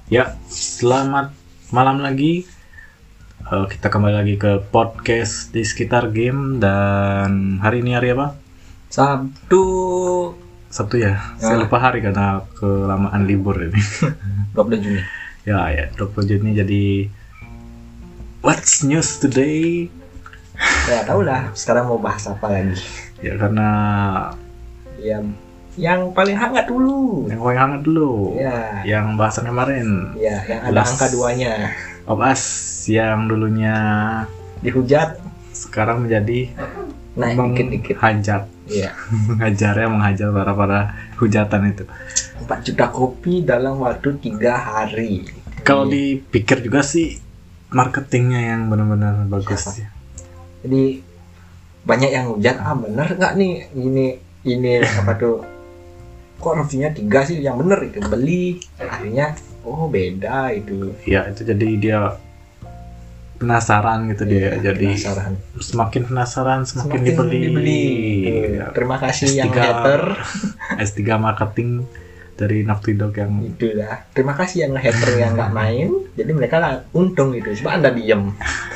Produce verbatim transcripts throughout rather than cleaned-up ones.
Ya, selamat malam lagi. Uh, kita kembali lagi ke podcast di sekitar game. Dan hari ini hari apa? Sabtu. Sabtu ya? Saya lupa hari karena kelamaan libur ini. dua puluh Juni. Ya, ya, dua puluh Juni. Jadi what's news today? Ya tahu lah, sekarang mau bahas apa lagi? Ya karena Ya, yang paling hangat dulu. yang paling hangat dulu. Ya. Yang bahasan kemarin. Ya, yang ada Last angka duanya. Of Us yang dulunya Dihujat, sekarang menjadi naik dikit-dikit. menghajar. Iya. Mengajarnya menghajar para para hujatan itu. empat juta kopi dalam waktu tiga hari. Kalau Iya. dipikir juga sih marketingnya yang benar-benar bagus Siapa? ya. Jadi banyak yang hujat, ah bener nggak nih ini ini apa tuh? Kok reviewnya tiga sih, yang bener itu beli. Akhirnya oh beda itu. Ya itu jadi dia penasaran gitu dia. Iya, Jadi penasaran. semakin penasaran semakin, Semakin dibeli. dibeli. Ya. Terima kasih S tiga yang hater. S tiga marketing dari Naughty Dog yang Itulah. Terima kasih yang hater yang nggak main. Jadi mereka lah untung itu. Coba Anda diem.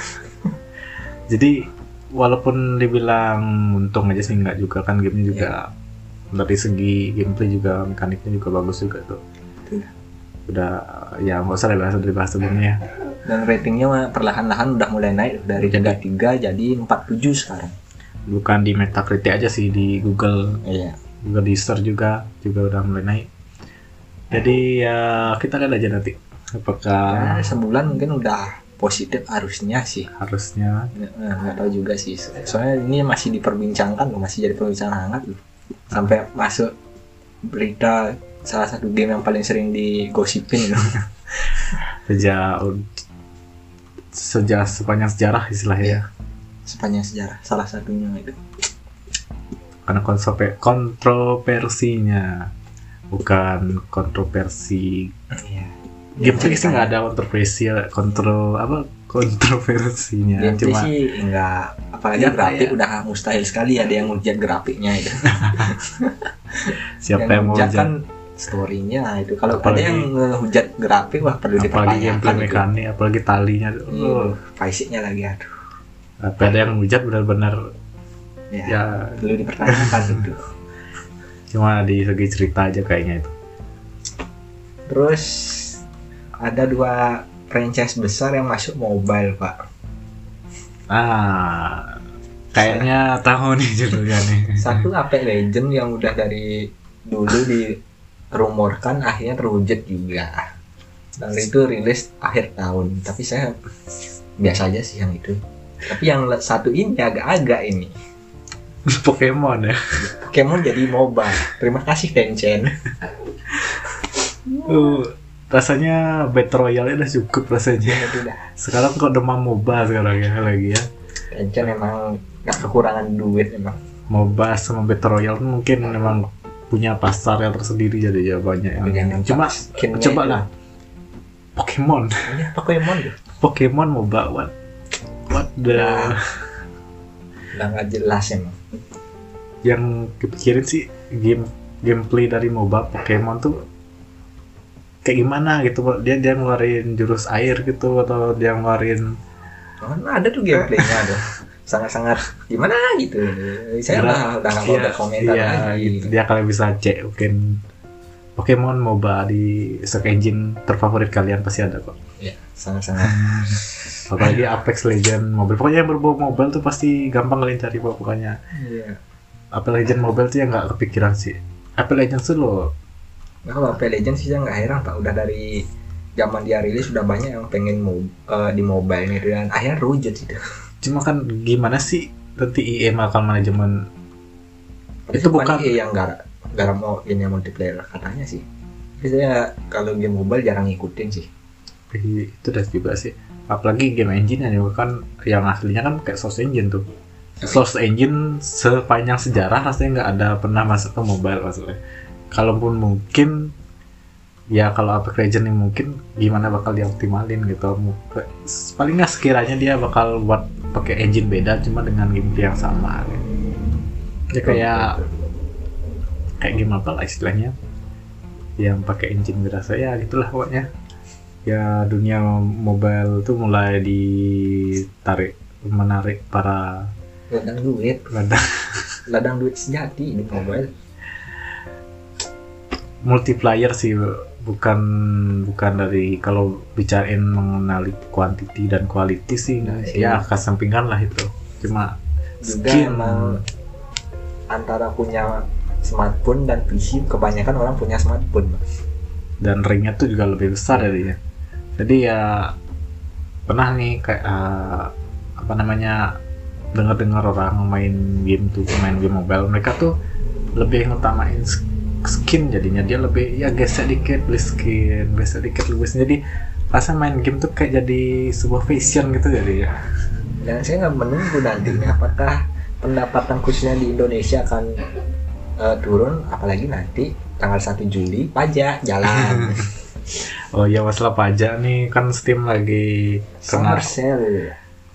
jadi walaupun dibilang untung aja sih enggak juga kan, gamenya juga dari segi gameplay juga mekaniknya juga bagus juga tuh. Betul. Udah ya nggak usah dibahas dari bahas sebelumnya ya. Dan ratingnya mah perlahan-lahan udah mulai naik dari tiga puluh tiga jadi empat puluh tujuh sekarang. Bukan di Metacritic aja sih, di Google Iya. Google Research juga juga udah mulai naik. Jadi ya kita lihat aja nanti apakah Nah, sebulan mungkin udah positif harusnya sih. harusnya. Nah, nggak tahu juga sih. Soalnya ini masih diperbincangkan loh, masih jadi perbincangan hangat loh. Sampai masuk berita salah satu game yang paling sering digosipin loh. Sejak sejak sepanjang sejarah istilahnya. Sepanjang sejarah salah satunya itu. Karena konsep kontroversinya, bukan kontroversi Iya. gameplay sih, nggak ada kontroversi kontrol apa kontroversinya. Gameplay Cuma sih enggak, apalagi Ya, grafik ya. udah mustahil sekali ada yang ngehujat grafiknya itu. siapa yang mau ngehujat hujat, kan story-nya itu. Kalau ada Apalagi- yang ngehujat grafik wah perlu apalagi gameplay dipertanyakan itu. mekanik, apalagi talinya. Hmm, Oh, fight-nya lagi aduh. tapi ada yang hujat benar-benar Ya, ya perlu dipertanyakan itu. cuma di segi cerita aja kayaknya itu. Terus ada dua franchise besar yang masuk mobile, Pak. Ah, kayaknya tahu nih judulnya nih. Satu Apex Legends yang udah dari dulu dirumorkan akhirnya terwujud juga. Dan itu rilis akhir tahun. Tapi saya biasa aja sih yang itu. Tapi yang satu ini agak-agak ini. Pokemon ya. Pokemon jadi mobile. Terima kasih Tencent. Uh, rasanya Battle Royale udah cukup rasanya. Ya, itu dah. Sekarang kok demam MOBA sekarang ya lagi ya. Tencent emang gak kekurangan duit emang. MOBA sama Battle Royale mungkin memang punya pasar yang tersendiri, jadi ya banyak yang Yang cuma skinnya coba itu. lah Pokemon Ini Pokemon tuh. Pokemon MOBA what what the Nah. Udah gak jelas emang. yang kepikirin sih game gameplay dari MOBA Pokemon tuh kayak gimana gitu, dia dia ngeluarin jurus air gitu atau dia ngeluarin Oh, nah, ada tuh gameplaynya tuh. Sangat-sangat gimana gitu. Saya udah udah gak mau iya, berkomentar iya, lagi. gitu. Dia kalian bisa cek mungkin Pokemon MOBA di search engine terfavorit kalian pasti ada kok. Ya, sangat-sangat. Apalagi Apex Legends Mobile. Pokoknya yang berbau mobile tuh pasti gampang kalian cari kok pokoknya. Iya. Apex Legends Mobile tuh yang nggak kepikiran sih. Apex Legends tuh loh. Nah, kalau Apex Legends sih saya nggak heran Pak. Udah dari zaman dia rilis sudah banyak yang pengen mo eh, di mobile nih dan akhirnya terwujud itu. Cuma kan gimana sih nanti E A melakukan manajemen itu bukan E A yang garap garap mau ini multiplayer katanya sih. Tapi saya kalau game mobile jarang ngikutin sih. itu udah juga sih. Apalagi game engine juga kan yang aslinya kan kayak Source Engine tuh. Source Engine sepanjang sejarah rasanya nggak ada pernah masuk ke mobile maksudnya. Kalaupun mungkin ya kalau Apex Legends ini mungkin gimana bakal dioptimalin gitu. Paling nggak sekiranya dia bakal buat pakai engine beda cuma dengan gameplay yang sama. Gitu. Ya kayak kayak game apa lah istilahnya yang pakai engine berasa ya gitulah pokoknya. ya dunia mobile tuh mulai ditarik menarik para ladang duit ladang ladang duit sejati di mobile. Multiplayer sih, bukan bukan dari kalau bicarain mengenali quantity dan quality sih, Nah, ya kesampingan lah itu. Cuma Juga skin emang antara punya smartphone dan P C, kebanyakan orang punya smartphone, Mas. dan ringnya tuh juga lebih besar jadinya. Jadi ya pernah nih kayak uh, apa namanya dengar-dengar orang main game tuh, main game mobile, mereka tuh lebih ngutamain skin, jadinya dia lebih ya gesek dikit beli skin, gesek dikit beli skin. Jadi rasa main game tuh kayak jadi sebuah fashion gitu jadi ya. Dan saya nggak menunggu nantinya apakah pendapatan khususnya di Indonesia akan uh, turun, apalagi nanti tanggal satu Juli pajak jalan. Oh iya, masalah pajak nih kan Steam lagi kena Summer sale.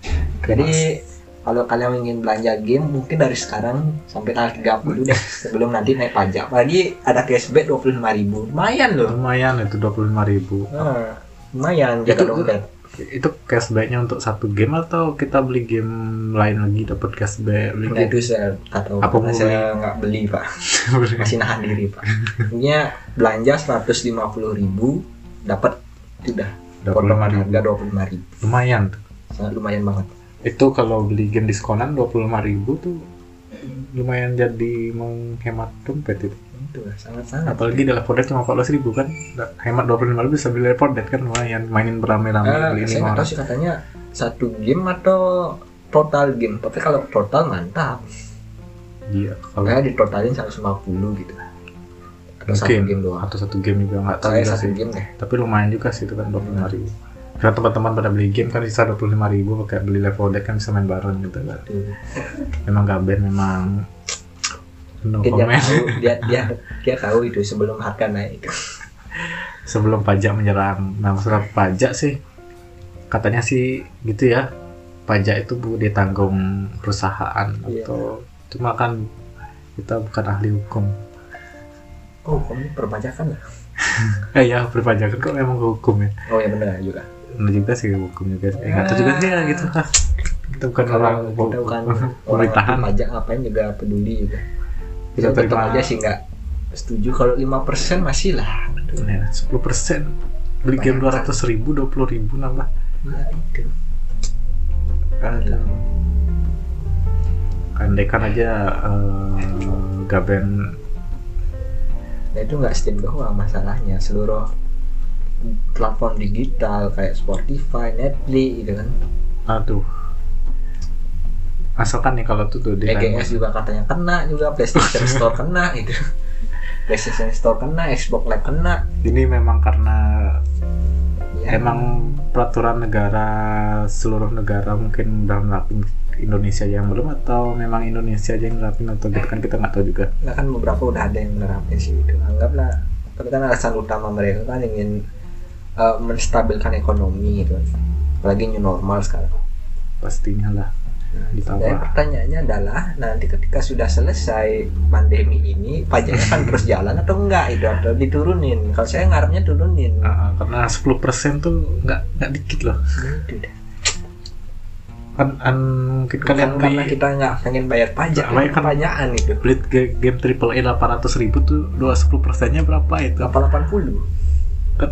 Jadi kalau kalian ingin belanja game mungkin dari sekarang sampai tanggal tiga puluh deh, sebelum nanti naik pajak. Apalagi ada cashback dua puluh lima ribu. Lumayan loh. lumayan itu dua puluh lima ribu. Nah, lumayan Itu- jaga dompet. Itu cashbacknya untuk satu game atau kita beli game lain lagi dapat cashback? Beli Nah, game itu saya nggak tahu, Apa karena mau saya nggak beli pak, masih nahan diri pak. Intinya belanja seratus lima puluh ribu dapat sudah dua puluh lima potongan ribu. harga dua puluh lima ribu, Lumayan tuh. sangat lumayan banget. Itu kalau beli game diskonan dua puluh lima ribu tuh lumayan jadi menghemat dompet itu. Itu lah, sangat-sangat. Apalagi di Left four Dead cuma empat belas ribu kan, hemat dua puluh lima ribu bisa beli Left four Dead kan, lumayan mainin beramai-ramai Ah, beli saya lima nggak tahu orang. sih katanya satu game atau total game, tapi kalau total mantap. Iya, kalau Kayak ditotalin seratus lima puluh gitu. Atau satu mungkin game doang. atau satu game juga nggak tahu Saya juga satu sih. game deh. Tapi lumayan juga sih itu kan dua puluh lima ribu. Karena teman-teman pada beli game kan bisa dua puluh lima ribu, pakai beli Left four Dead kan bisa main bareng gitu kan. Tuh. Memang gaben, memang no Mungkin dia comment. tahu, dia dia dia tahu itu sebelum harga naik itu. Sebelum pajak menyerang. Nah, masalah pajak sih katanya sih gitu ya, pajak itu bu ditanggung perusahaan Iya. atau cuma kan kita bukan ahli hukum. Oh, kamu perpajakan lah. Eh ya, perpajakan kok memang ke hukum ya. Oh ya benar juga. Benar juga sih hukum juga. Eh, nggak tahu juga sih ya gitu lah. Kita bukan orang Kalau kita bukan orang pemerintahan. ngerti pajak ngapain juga peduli juga. Kita Kita tetap terima- aja sih nggak setuju kalau lima persen masih lah. Ya, sepuluh persen beli game dua ratus ribu, dua puluh ribu nambah. Ya itu. Ada. Andaikan aja eh, gaben. Nah itu nggak Steam doang masalahnya, seluruh platform digital kayak Spotify, Netflix gitu kan. Aduh. Asalkan nih kalau tuh tuh di E G S juga katanya kena juga, PlayStation Store kena gitu. PlayStation Store kena, Xbox Live kena. ini memang karena Ya, emang peraturan negara, seluruh negara mungkin udah nerapin, Indonesia yang belum, atau memang Indonesia aja yang nerapin atau gitu kan kita nggak tahu juga. nah kan beberapa udah ada yang menerapin sih itu. Anggaplah, tapi kan alasan utama mereka kan ingin uh, menstabilkan ekonomi gitu. Apalagi new normal sekarang. Pastinya lah Nah, ditambah. dan pertanyaannya adalah nanti ketika sudah selesai pandemi ini pajaknya akan terus jalan atau enggak itu, atau diturunin. Kalau saya ngarepnya turunin. Ah, karena sepuluh persen tuh nggak nggak dikit loh. Itu dah. Kan an, mungkin Bukan kalian karena beli kita nggak pengen bayar pajak, Bayar kan- pertanyaan itu. beli ge- game triple A delapan ratus ribu tuh dua sepuluh persennya berapa itu? delapan ratus delapan puluh. Kan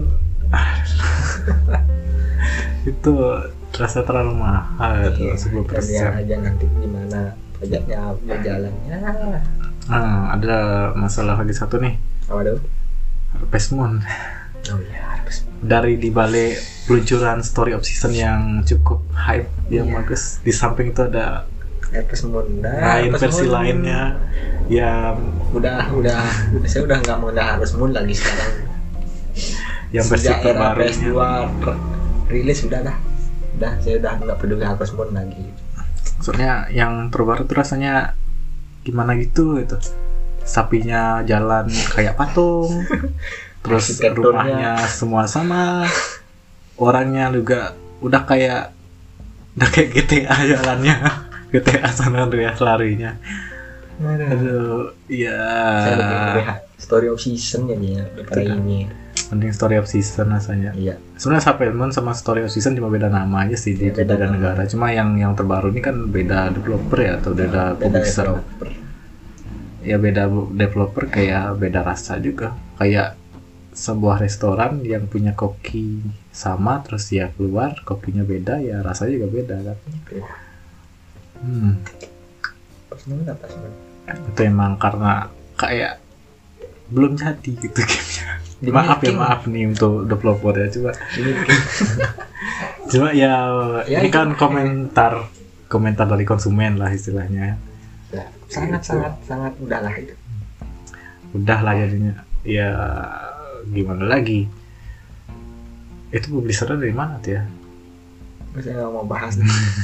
itu terasa terlalu mahal tuh sepuluh Dan persen. ya aja nanti gimana pajaknya berjalannya. Nah, ada masalah lagi satu nih, Apa tuh? Harvest Moon. Oh iya, harus. Dari dibalik peluncuran Story of Season yang cukup hype, yang Iya. bagus, di samping itu ada Harvest Moon. Nah, lain Harvest versi Moon. lainnya yang Udah, udah, udah saya udah nggak mau udah Harvest Moon lagi sekarang. yang versi Sejak era P S terbarunya. dua ter- rilis udah dah. Udah, saya udah nggak peduli Harvest Moon lagi. Soalnya yang terbaru tuh rasanya gimana gitu itu. Sapinya jalan kayak patung. Terus Arsitekturnya. rumahnya semua sama. Orangnya juga udah kayak udah kayak G T A jalannya. G T A San Andreas larinya. Aduh, iya. Saya lebih milih Story of Season ya daripada Tidak. ini. Mending Story of Season rasanya. Iya. Sebenarnya Supplement sama Story of Season cuma beda nama aja sih di Ya, beda beda nama. negara. Cuma yang yang terbaru ini kan beda developer ya atau beda, Beda publisher. developer. Ya beda bu- developer kayak beda rasa juga. Kayak sebuah restoran yang punya koki sama terus ya keluar kokinya beda ya rasanya juga beda kan. Oke. Hmm. Pas mana pas mana? Itu emang karena kayak belum jadi gitu gamenya. Di Maaf ya making. maaf nih untuk developer ya coba. Ini Cuma ya, Ya, ini itu. kan komentar komentar dari konsumen lah istilahnya. ya, sangat sangat sangat udahlah itu. Udah lah jadinya. Ya gimana lagi? Itu publishernya dari mana tuh ya? Saya nggak mau bahas.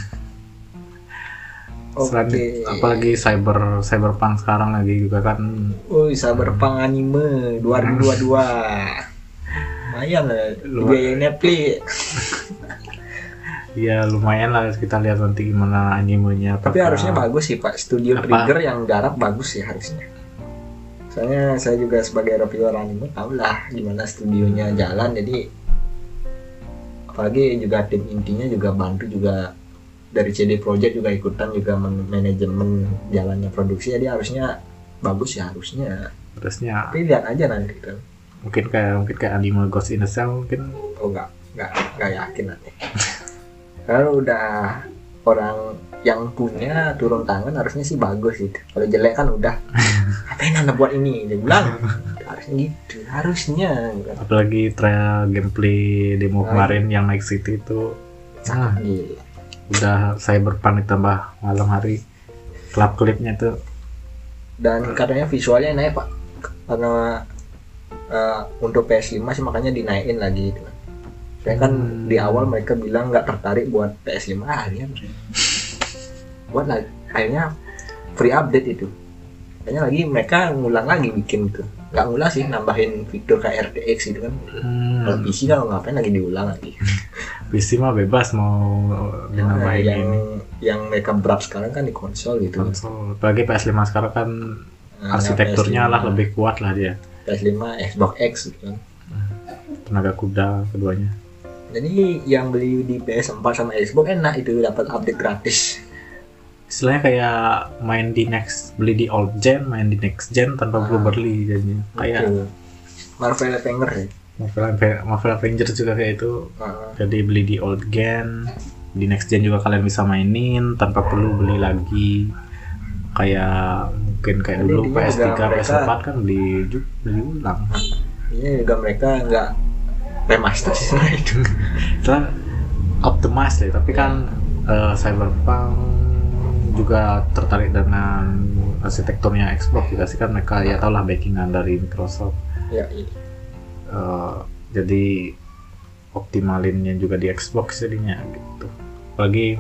Selain Oke. apalagi cyber cyberpunk sekarang lagi juga kan. Woi, Cyberpunk anime dua ribu dua puluh dua. Lumayan lah, Luar- biaya Netflix. Ya lumayan lah kita lihat nanti gimana animenya. Tapi apakah- harusnya bagus sih Pak. Studio Apa? Trigger yang garap bagus sih harusnya. Soalnya saya juga sebagai reviewer anime tahu lah gimana studionya jalan. Jadi apalagi juga tim intinya juga bantu juga dari C D Projekt juga ikutan juga men- manajemen jalannya produksi. Jadi harusnya bagus ya harusnya. Harusnya Tapi lihat aja nanti kan. mungkin kayak mungkin kayak anime Ghost in the Shell mungkin. Oh enggak, enggak, enggak yakin nanti. Kalau udah orang yang punya turun tangan harusnya sih bagus gitu. Kalau jelek kan udah ngapain anda buat ini dia bilang. Harusnya gitu, harusnya gitu. Apalagi trial gameplay demo Ah, kemarin yang Night City itu Sangat gila. udah cyberpunk ditambah malam hari klip klipnya tuh Dan katanya visualnya naik Pak. Karena eh, untuk P S lima sih makanya dinaikin lagi gitu. Saya kan Hmm. di awal mereka bilang nggak tertarik buat P S lima akhirnya buat lagi akhirnya free update itu. Kayaknya lagi mereka ngulang lagi bikin gitu. Nggak ngulang sih, nambahin fitur kayak R T X gitu kan. Kalau hmm, P C kan ngapain lagi diulang lagi. P C mah bebas mau Nah, dinamain yang ini yang mereka berap sekarang kan di konsol gitu. konsol. Apalagi P S lima sekarang kan Nah, arsitekturnya P S lima, lah lebih kuat lah dia, P S lima, Xbox X gitu kan. tenaga kuda keduanya. Jadi yang beli di P S empat sama Xbox enak itu dapat update gratis. Istilahnya kayak main di next beli di old gen main di next gen tanpa perlu Ah. beli jadinya kayak Gitu. Marvel Avenger ya. Marvel Marvel Avengers juga kayak itu. Nah, Jadi beli di old gen, di next gen juga kalian bisa mainin tanpa perlu beli lagi. Kayak mungkin kayak Jadi dulu dia P S tiga, juga P S mereka- empat kan beli ju- beli ulang. ini juga mereka nggak remaster sih sebenarnya itu. Setelah optimize deh, tapi kan eh, Cyberpunk juga tertarik dengan arsitekturnya Xbox juga sih kan mereka ya tau lah backingan dari Microsoft. Ya, iya. Eh, jadi optimalinnya juga di Xbox jadinya gitu. Apalagi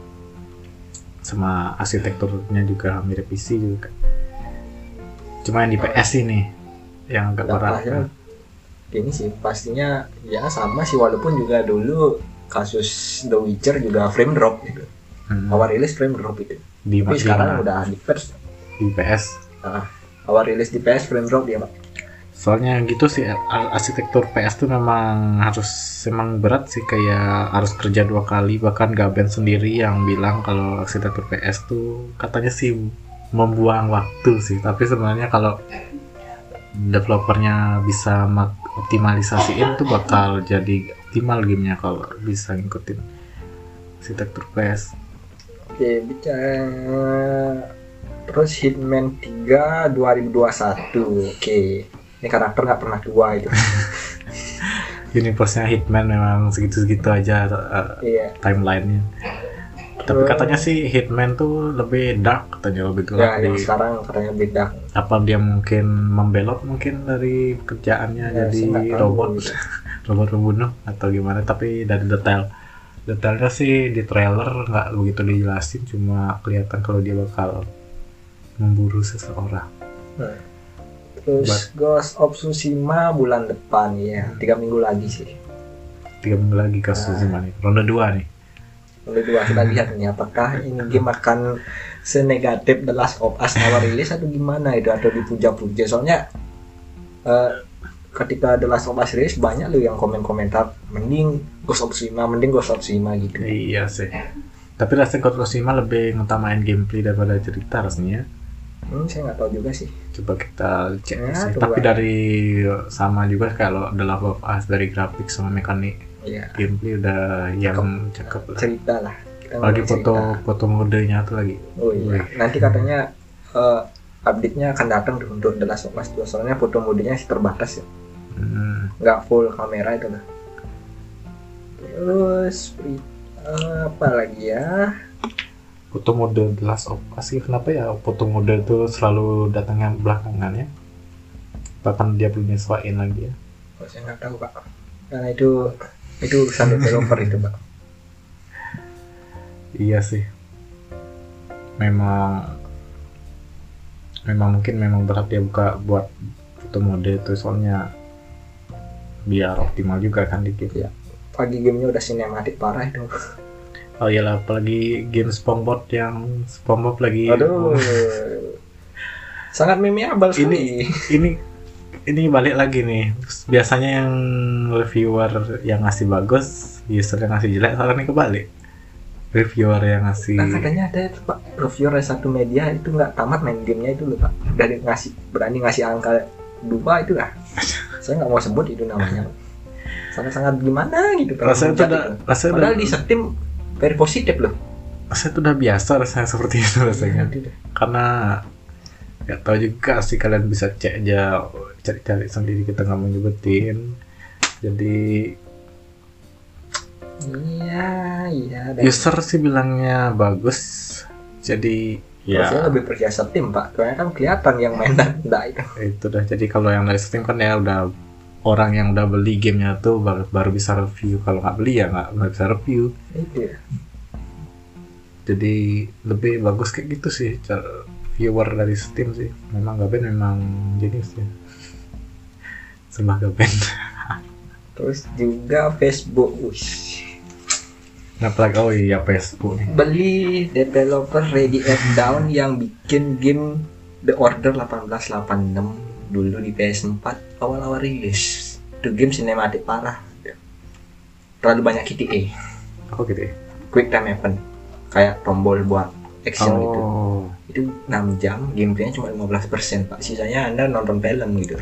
sama arsitekturnya juga mirip P C juga. Cuma yang di P S ini yang agak Dan berat. akhirnya ini sih pastinya ya sama sih walaupun juga dulu kasus The Witcher juga frame drop gitu. Hmm. Awal rilis frame drop itu. di, Tapi di sekarang mana? udah di P S. Di P S. Nah, awal rilis di P S frame drop dia Pak. Soalnya gitu sih ar- arsitektur P S tuh memang harus emang berat sih kayak harus kerja dua kali bahkan Gaben sendiri yang bilang kalau arsitektur P S tuh katanya sih membuang waktu sih tapi sebenarnya kalau developernya bisa mak- optimalisasiin tuh bakal jadi optimal gamenya kalau bisa ngikutin arsitektur P S. Oke, bicara terus Hitman tiga dua ribu dua puluh satu. Oke. Ini karakter nggak pernah tua itu. Universe-nya Hitman memang segitu-segitu aja uh, Iya. timelinenya. Tapi katanya sih Hitman tuh lebih dark katanya lebih gelap Ya, yang di sekarang katanya beda. apa dia mungkin membelot mungkin dari kerjaannya Ya, jadi saya nggak tahu robot gitu. robot pembunuh atau gimana tapi dari detail detailnya sih di trailer nggak begitu dijelasin cuma kelihatan kalau dia bakal memburu seseorang. Nah, terus Ghost of Tsushima bulan depan ya, tiga minggu lagi sih. Tiga minggu lagi kasus Nah. nih ronde dua nih. Ronde dua kita lihat nih apakah ini game akan senegatif The Last of Us awal rilis atau gimana itu atau dipuja-puja soalnya eh, ketika The Last of Us rilis banyak loh yang komen-komentar mending Ghost of Tsushima, mending Ghost of Tsushima gitu. Iya sih. Tapi rasanya Ghost of Tsushima lebih ngutamain gameplay daripada cerita rasanya. Hmm, saya nggak tahu juga sih. Coba kita cek Ya, sih. coba. Tapi dari sama juga kalau The Last of Us dari grafik sama mekanik Iya. gameplay udah yang cakep lah. Cerita lah. Kita Apalagi ngomongin foto cerita. foto modenya tuh lagi. Oh iya. Wih. Nanti katanya eh, update-nya akan datang tuh untuk The Last of Us dua. Soalnya foto modenya masih terbatas ya. Hmm. Nggak full kamera itu lah. Terus eh, apa lagi ya? Foto mode The Last of Us sih, kenapa ya foto mode itu selalu datangnya belakangan ya? Bahkan dia belum nyesuaiin lagi ya. Oh, saya nggak tahu pak. Karena itu itu urusan developer itu pak. Iya sih. Memang memang mungkin memang berat dia buka buat foto mode itu soalnya biar optimal juga kan di game. Ya. Pagi gamenya udah sinematik parah itu. Oh iyalah, apalagi game SpongeBob yang SpongeBob lagi. Aduh. Sangat memeable sekali. ini ini balik lagi nih. Biasanya yang reviewer yang ngasih bagus, user yang ngasih jelek, sekarang ini kebalik. Reviewer yang ngasih. Nah katanya ada itu pak, reviewer dari satu media itu nggak tamat main gamenya itu loh pak. Dari ngasih berani ngasih angka dua itu lah. Saya nggak mau sebut itu namanya. Sangat-sangat gimana gitu. Rasanya itu udah, rasanya udah, Padahal di Steam very positif loh. rasanya itu udah biasa rasanya seperti itu rasanya. Iya, Karena nggak tahu juga sih, kalian bisa cek aja, cari-cari sendiri, kita nggak mau nyebutin. Jadi Iya, iya. Dan user sih bilangnya bagus. Jadi saya ya lebih percaya Steam pak. Soalnya kan kelihatan yang main dan enggak itu. itu dah. Jadi kalau yang dari Steam kan ya udah orang yang udah beli gamenya tuh baru, baru bisa review. Kalau nggak beli ya nggak nggak bisa review. Itu ya. Jadi lebih bagus kayak gitu sih cara viewer dari Steam sih. Memang Gaben memang jenius ya. Sembah Gaben. Terus juga Facebook. Ush. Apalagi oh iya Facebook nih. Beli developer Ready at Dawn yang bikin game The Order delapan belas delapan puluh enam dulu di P S empat awal-awal rilis. Itu game sinematik parah. Terlalu banyak Q T E, Oh gitu ya. Quick Time Event, kayak tombol buat action gitu. Oh. Itu enam jam, gameplaynya cuma lima belas persen pak. Sisanya Anda nonton film gitu.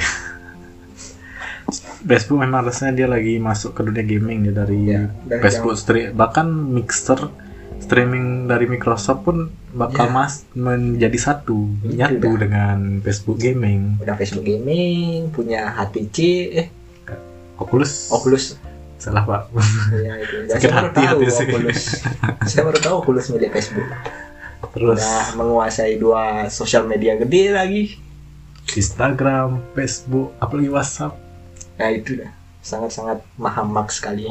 Facebook memang rasanya dia lagi masuk ke dunia gaming ya dari Ya, dari Facebook stream, bahkan Mixer streaming dari Microsoft pun bakal Ya. mas menjadi satu Itu nyatu dah. dengan Facebook gaming. Udah Facebook Gaming, punya H T C, eh Oculus. Oculus. Salah pak. Ya itu. Dan Sakit saya baru hati tahu hati sih. Oculus. Saya baru tahu Oculus milik Facebook. Terus Udah menguasai dua sosial media gede lagi. Instagram, Facebook, apalagi WhatsApp. Nah itu dah sangat-sangat mahamak sekali.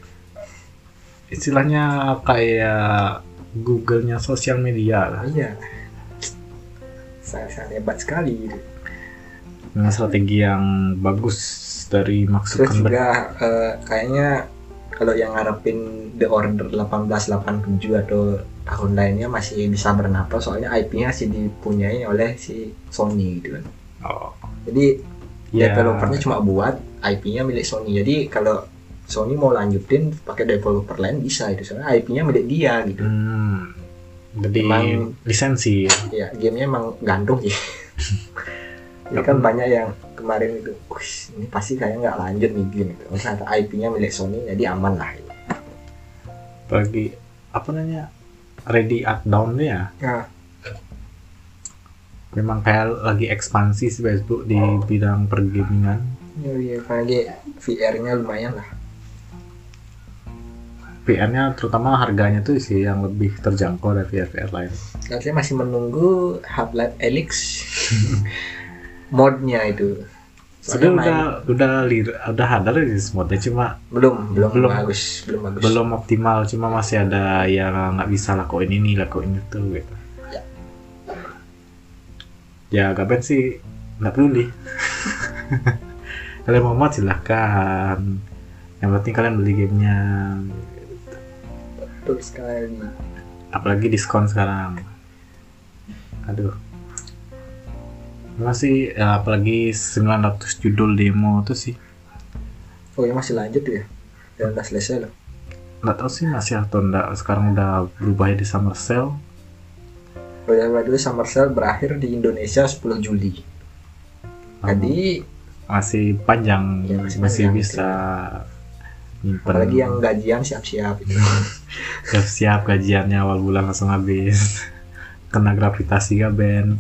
Istilahnya kayak Google-nya sosial media lah. Iya. Sangat-sangat hebat sekali gitu. Dengan strategi yang bagus dari Mark Terus Zuckerberg. juga eh, kayaknya kalau yang ngarepin The Order delapan belas delapan puluh tujuh atau tahun lainnya masih bisa bernapas, soalnya I P-nya masih dipunyai oleh si Sony gitu kan. Oh. Jadi Ya. developernya cuma buat, I P-nya milik Sony. Jadi kalau Sony mau lanjutin pakai developer lain bisa itu, soalnya I P-nya milik dia gitu. Hmm. Jadi Emang- lisensi. Ya gamenya emang gantung sih. Jadi kan banyak yang kemarin itu, "Wih, ini pasti kayaknya nggak lanjut nih game itu." Ternyata I P-nya milik Sony, jadi aman lah. Apalagi apa namanya? Ready at Dawn ya. Nah, Memang kayak lagi ekspansi sih Facebook di bidang pergamingan. ya, ya apalagi V R-nya lumayan lah. V R-nya terutama harganya tuh sih yang lebih terjangkau dari V R-V R lain. Dan saya masih menunggu Half-Life Alyx modnya itu. Sudah Soalnya main- udah udah lir, udah ada rilis modnya, cuma belum belum belum. bagus belum bagus. belum optimal, cuma masih ada yang nggak bisa lakuin ini lakuin itu gitu. Ya. Ya Gaben sih nggak peduli. Kalian mau mod silahkan, yang penting kalian beli gamenya. Betul sekali. Apalagi diskon sekarang. Aduh. Masih ya, apalagi sembilan ratus judul demo tuh sih. Oh ya masih lanjut ya, dan udah selesai loh. Nggak tahu sih masih atau enggak, sekarang udah berubah di summer sale. Oh ya, dulu Summer Sale berakhir di Indonesia sepuluh Juli. Jadi masih panjang, ya, masih, masih panjang, bisa nyimpen. Apalagi yang gajian siap-siap itu. Siap-siap gajiannya awal bulan langsung habis. Kena gravitasi gak Ben?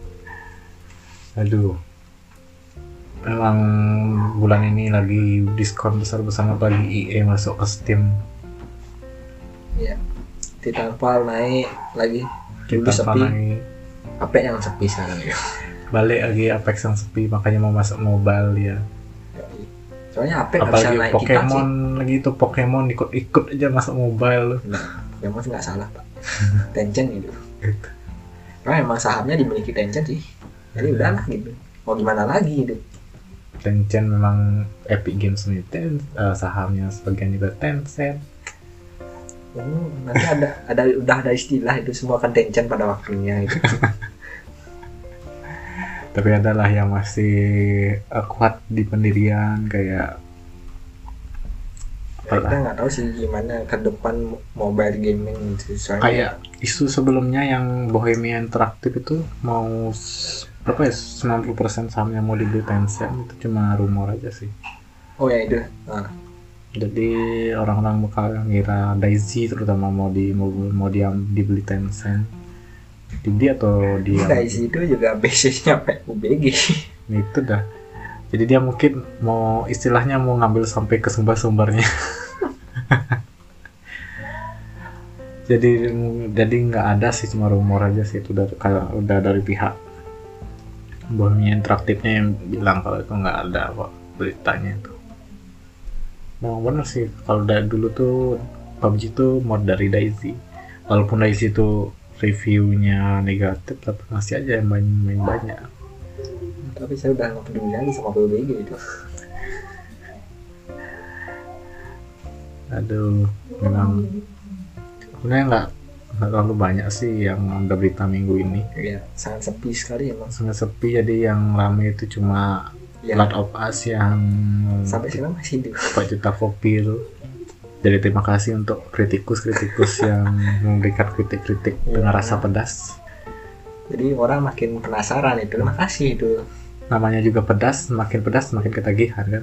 Aduh, memang bulan ini lagi diskon besar-besaran, apalagi E A masuk ke Steam. Ya, Titanfall naik lagi. Dulu Kita sepi. naik, Apa yang sepi sekarang ya? balik lagi Apex yang sepi, makanya mau masuk mobile ya. Soalnya Apex nggak bisa Apalagi naik Pokemon kita sih. lagi itu Pokemon ikut-ikut aja masuk mobile. Nah, Pokemon nggak salah pak. Tencent gitu. Karena emang sahamnya dimiliki Tencent sih. Jadi udahlah gitu. Mau gimana lagi gitu. Tencent memang Epic Games ini ten, uh, sahamnya sebagian juga Tencent. Oh, nanti ada ada udah ada istilah itu semua kan Tencent pada waktunya itu. Tapi adalah yang masih uh, kuat di pendirian kayak Ya, kita nggak tahu sih gimana ke depan mobile gaming itu. Soalnya kayak isu sebelumnya yang Bohemia Interactive itu mau s- berapa ya, sembilan puluh persen sahamnya mau dibeli Tencent, itu cuma rumor aja sih. oh ya itu. Nah, Jadi orang-orang bakal ngira DayZ terutama mau di mau, mau diam dibeli Tencent, dibeli atau dia dari situ juga basisnya P U B G. itu dah. Jadi dia mungkin mau istilahnya mau ngambil sampai ke sumber-sumbernya. jadi jadi nggak ada sih, cuma rumor aja sih, itu dari kalau udah dari pihak Bohemia Interaktifnya yang bilang kalau itu nggak ada kok beritanya itu. Memang bener sih, kalau dari dulu tuh P U B G tuh mod dari DayZ. Walaupun DayZ itu reviewnya negatif, tapi masih aja yang main, main banyak. Tapi saya udah nggak peduli lagi sama P U B G itu. Aduh, memang sebenarnya nggak nggak terlalu banyak sih yang ada berita minggu ini. Ya sangat sepi sekali emang. Sangat sepi, jadi yang rame itu cuma Ya, Blood of Us yang sampai sekarang masih hidup. empat juta kopi itu. Jadi terima kasih untuk kritikus-kritikus yang memberikan kritik-kritik Ya, dengan rasa pedas. Jadi orang makin penasaran itu. Terima kasih itu. Namanya juga pedas, makin pedas makin ketagihan kan.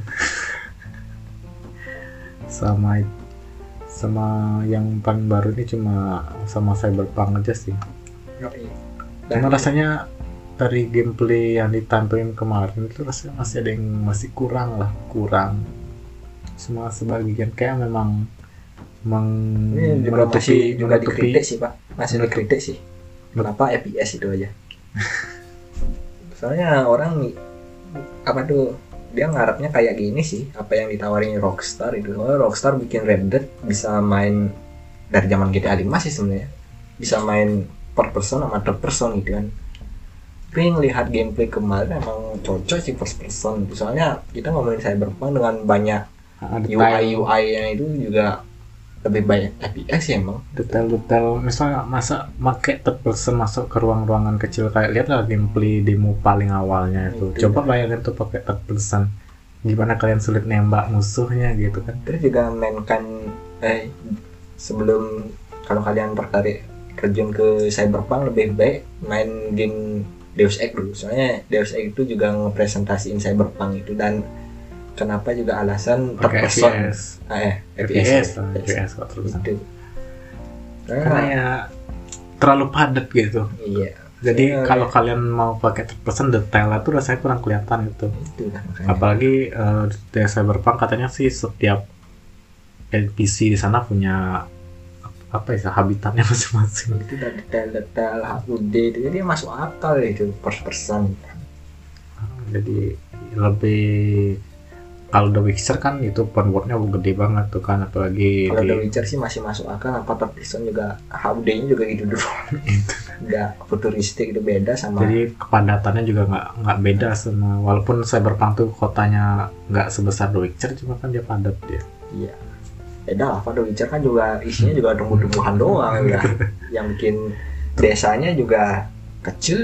sama sama yang paling baru ini cuma sama Cyberpunk aja sih. Yoi. Karena Dan rasanya dari gameplay yang ditampilkan kemarin itu rasanya masih ada yang masih kurang lah, kurang. Semua sebagian kayak memang meng ini juga menutupi masih juga menutupi dikritik sih pak. Masih menutup- dikritik sih. Kenapa F P S itu aja? Soalnya orang apa tuh dia ngarepnya kayak gini sih, apa yang ditawarin Rockstar itu. Oh, Rockstar bikin Red Dead bisa main dari zaman G T A lima sih sebenarnya, bisa main per person sama third person gitu kan. Tapi ngelihat gameplay kemarin emang cocok sih first person gitu. Soalnya kita ngomongin Cyberpunk dengan banyak ah, U I detail, U I yang itu juga lebih banyak F P S ya emang. detail-detail. Misalnya masa make third person masuk ke ruang-ruangan kecil, kayak lihatlah gameplay demo paling awalnya itu. Itu Coba bayangin tuh pakai third person, gimana kalian sulit nembak musuhnya gitu kan. Terus juga mainkan eh sebelum kalau kalian tertarik terjun ke Cyberpunk lebih baik main game Deus Ex dulu. Soalnya Deus Ex itu juga ngepresentasiin Cyberpunk itu, dan kenapa juga alasan third Pakai person. F P S. Ah, eh, F P S, F P S kok terus. Itu. Karena Karena ya terlalu padat gitu. iya. Jadi Soalnya- kalau kalian mau pakai third person, detailnya tuh rasanya kurang kelihatan gitu. itu lah makanya. Apalagi uh, di Cyberpunk katanya sih setiap N P C di sana punya apa ya, habitatnya masing-masing. Itu udah detail-detail H U D itu dia masuk akal itu first person. Jadi lebih, kalau The Witcher kan itu open world-nya gede banget tuh kan, apalagi Kalau di The Witcher sih masih masuk akal, apa third person juga H U D-nya juga gitu dulu. Nggak futuristik, itu beda sama. jadi kepadatannya juga nggak nggak beda sama, walaupun Cyberpunk tuh kotanya nggak sebesar The Witcher, cuma kan dia padat dia. Iya. Beda lah, The Witcher kan juga isinya juga tumbuh-tumbuhan doang ya. Yang bikin desanya juga kecil juga.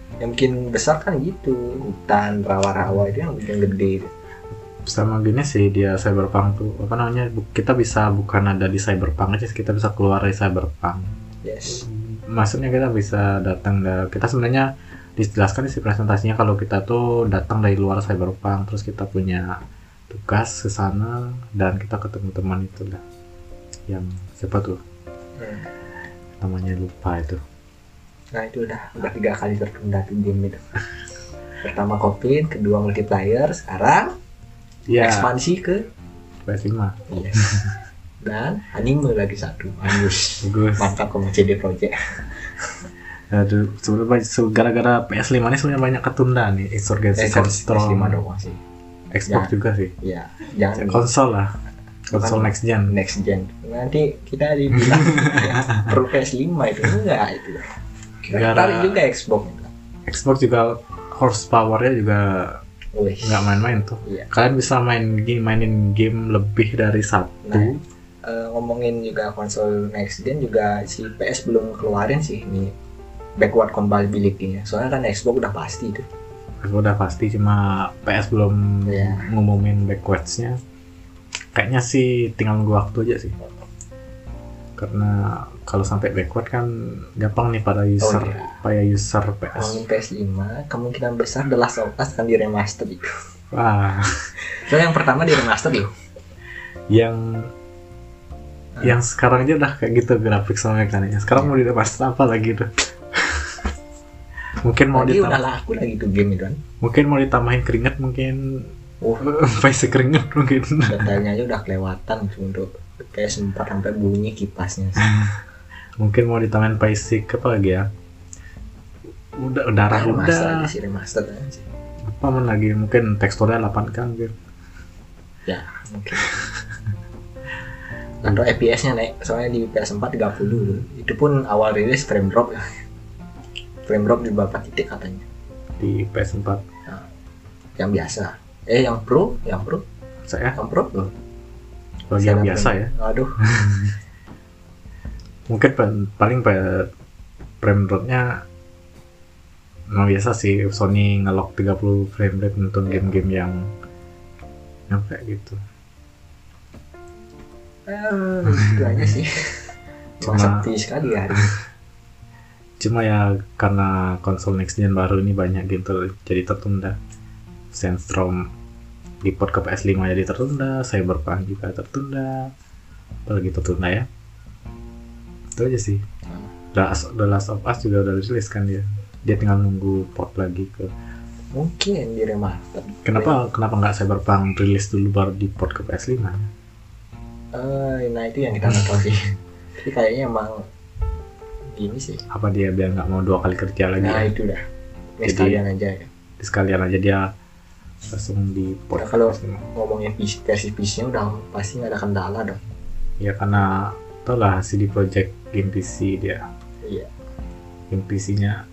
Yang bikin besar kan gitu, hutan, rawa-rawa itu yang bikin gede. Sama gini sih dia Cyberpunk tuh apa namanya, kita bisa bukan ada di Cyberpunk aja, kita bisa keluar dari Cyberpunk. Yes. Maksudnya kita bisa datang dari, kita sebenarnya dijelaskan di presentasinya kalau kita tuh datang dari luar Cyberpunk, terus kita punya tugas ke sana dan kita ketemu teman itu lah, yang siapa tuh Hmm. namanya lupa itu. Nah itu udah udah tiga kali tertunda tuh game itu. Pertama COVID, kedua multiplayer, sekarang Ya, ekspansi ke P S lima. yes. Dan anime lagi satu, bagus. Bagus. Mantap sama C D Projekt. Aduh, sebenarnya se- gara-gara P S lima ini sebenarnya banyak ketunda nih. Xbox Eh, Control, lima doang sih. Xbox Ya. juga sih. Iya, jangan Konsol lah, konsol Bukan next gen. next gen. Nanti kita dibilang perlu P S lima itu enggak itu. Gara- Tarik juga Xbox. Xbox juga horsepower-nya juga Wih. nggak main-main tuh. Iya. Kalian bisa main game, mainin game lebih dari satu. Nah, eh, ngomongin juga konsol next gen juga si P S belum keluarin sih ini backward compatibility-nya. Soalnya kan Xbox udah pasti itu. Udah pasti, cuma P S belum Iya. ngumumin backwards-nya. Kayaknya sih tinggal nunggu waktu aja sih. Karena kalau sampai backward kan gampang nih para user, Oh, iya. para user P S. Ngomongin P S lima, kemungkinan besar The Last of Us akan di remaster itu. Wah, Soalnya yang pertama di remaster loh. yang yang sekarang aja udah kayak gitu grafik sama mekaniknya. Sekarang mau diremaster apa lagi tuh? Mungkin mau Lagi udah ditambah, laku lagi tuh game itu kan. mungkin mau ditambahin keringat, mungkin Oh, face keringat mungkin. detailnya aja udah kelewatan gitu untuk P S empat sampai bunyi kipasnya. Mungkin mau ditambahin basic apa lagi ya? Udah darah Remaster udah. aja sih, remaster aja. Apa man lagi? Mungkin teksturnya delapan K mungkin. Ya, mungkin. Atau F P S-nya naik, soalnya di P S empat tiga puluh. Itu pun awal rilis frame drop ya. Frame drop di beberapa titik katanya. Di P S empat. Yang biasa. Eh, yang pro, yang pro, Saya yang pro loh. bagian Saya biasa frame- ya. Aduh, Mungkin pa- paling pa- frame rate-nya memang biasa sih, Sony ngelock tiga puluh frame rate untuk game-game yang yang kayak gitu. eh, itu aja sih. Cuma Cuma- sepi sekali hari. Cuma ya karena konsol next gen baru ini banyak game ter- jadi tertunda. Sandstorm di port ke P S lima jadi tertunda, Cyberpunk juga tertunda. Apalagi tertunda ya. Itu aja sih. The Last, The Last of Us juga udah rilis kan dia. Dia tinggal nunggu port lagi ke. Mungkin di remaster. Kenapa kenapa nggak Cyberpunk rilis dulu baru di port ke P S lima? Eh, nah itu yang kita nggak tahu sih. Tapi kayaknya emang gini sih. Apa dia biar nggak mau dua kali kerja lagi? Nah Ya? itu dah. Ini Jadi- sekalian aja ya. Sekalian aja dia langsung di port. Nah, kalau ke P S lima. ngomongin P C, versi P C-nya udah pasti nggak ada kendala dong. Ya karena tau lah C D Projekt game P C dia. Iya. Game P C-nya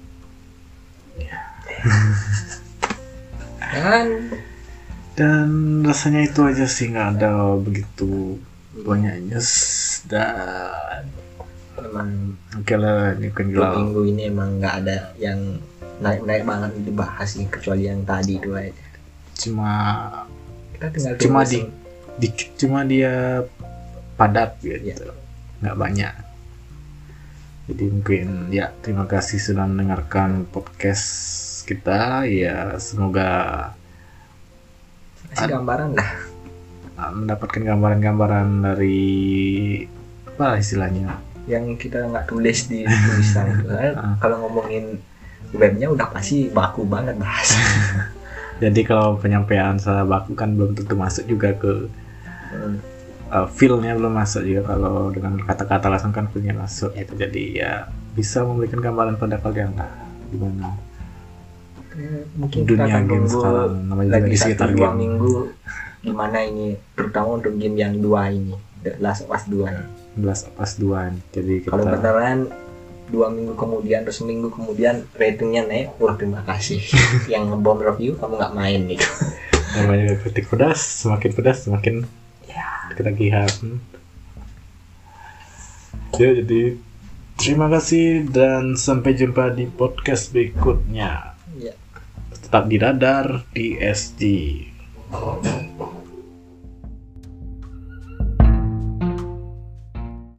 Dan dan rasanya itu aja sih, nggak ada begitu banyak news. Dan memang oke lah, ini kan dua gila. minggu ini emang nggak ada yang naik-naik banget dibahas sih, kecuali yang tadi itu aja. Cuma Kita tinggal Cuma tunggu di sih. dikit, cuma dia padat gitu, Iya. nggak banyak. Jadi mungkin ya terima kasih sudah mendengarkan podcast kita. Ya semoga Kasih gambaran dah. uh, mendapatkan gambaran-gambaran dari apa istilahnya. Yang kita nggak tulis di tulisan itu. Soalnya Ah. kalau ngomongin webnya udah pasti baku banget bahas. Jadi kalau penyampaian salah baku kan belum tentu masuk juga ke Hmm. uh, feel-nya, belum masuk juga. Kalau dengan kata-kata langsung kan feel-nya masuk gitu. Jadi ya bisa memberikan gambaran pada kalian lah gimana Eh, Mungkin kita dunia akan game tunggu sekarang, namanya juga lagi di satu sekitar dua game. minggu gimana ini, terutama untuk game yang dua ini, The Last of Us dua. sebelas pas dua. Jadi kita Kalau beneran dua minggu kemudian atau seminggu kemudian ratingnya naik, wah terima kasih. Yang ngebom review kamu nggak main gitu. namanya kritik pedas, semakin pedas semakin Ya, ketagihan. Ya jadi Terima kasih dan sampai jumpa di podcast berikutnya. Ya. Tetap di Radar D S G.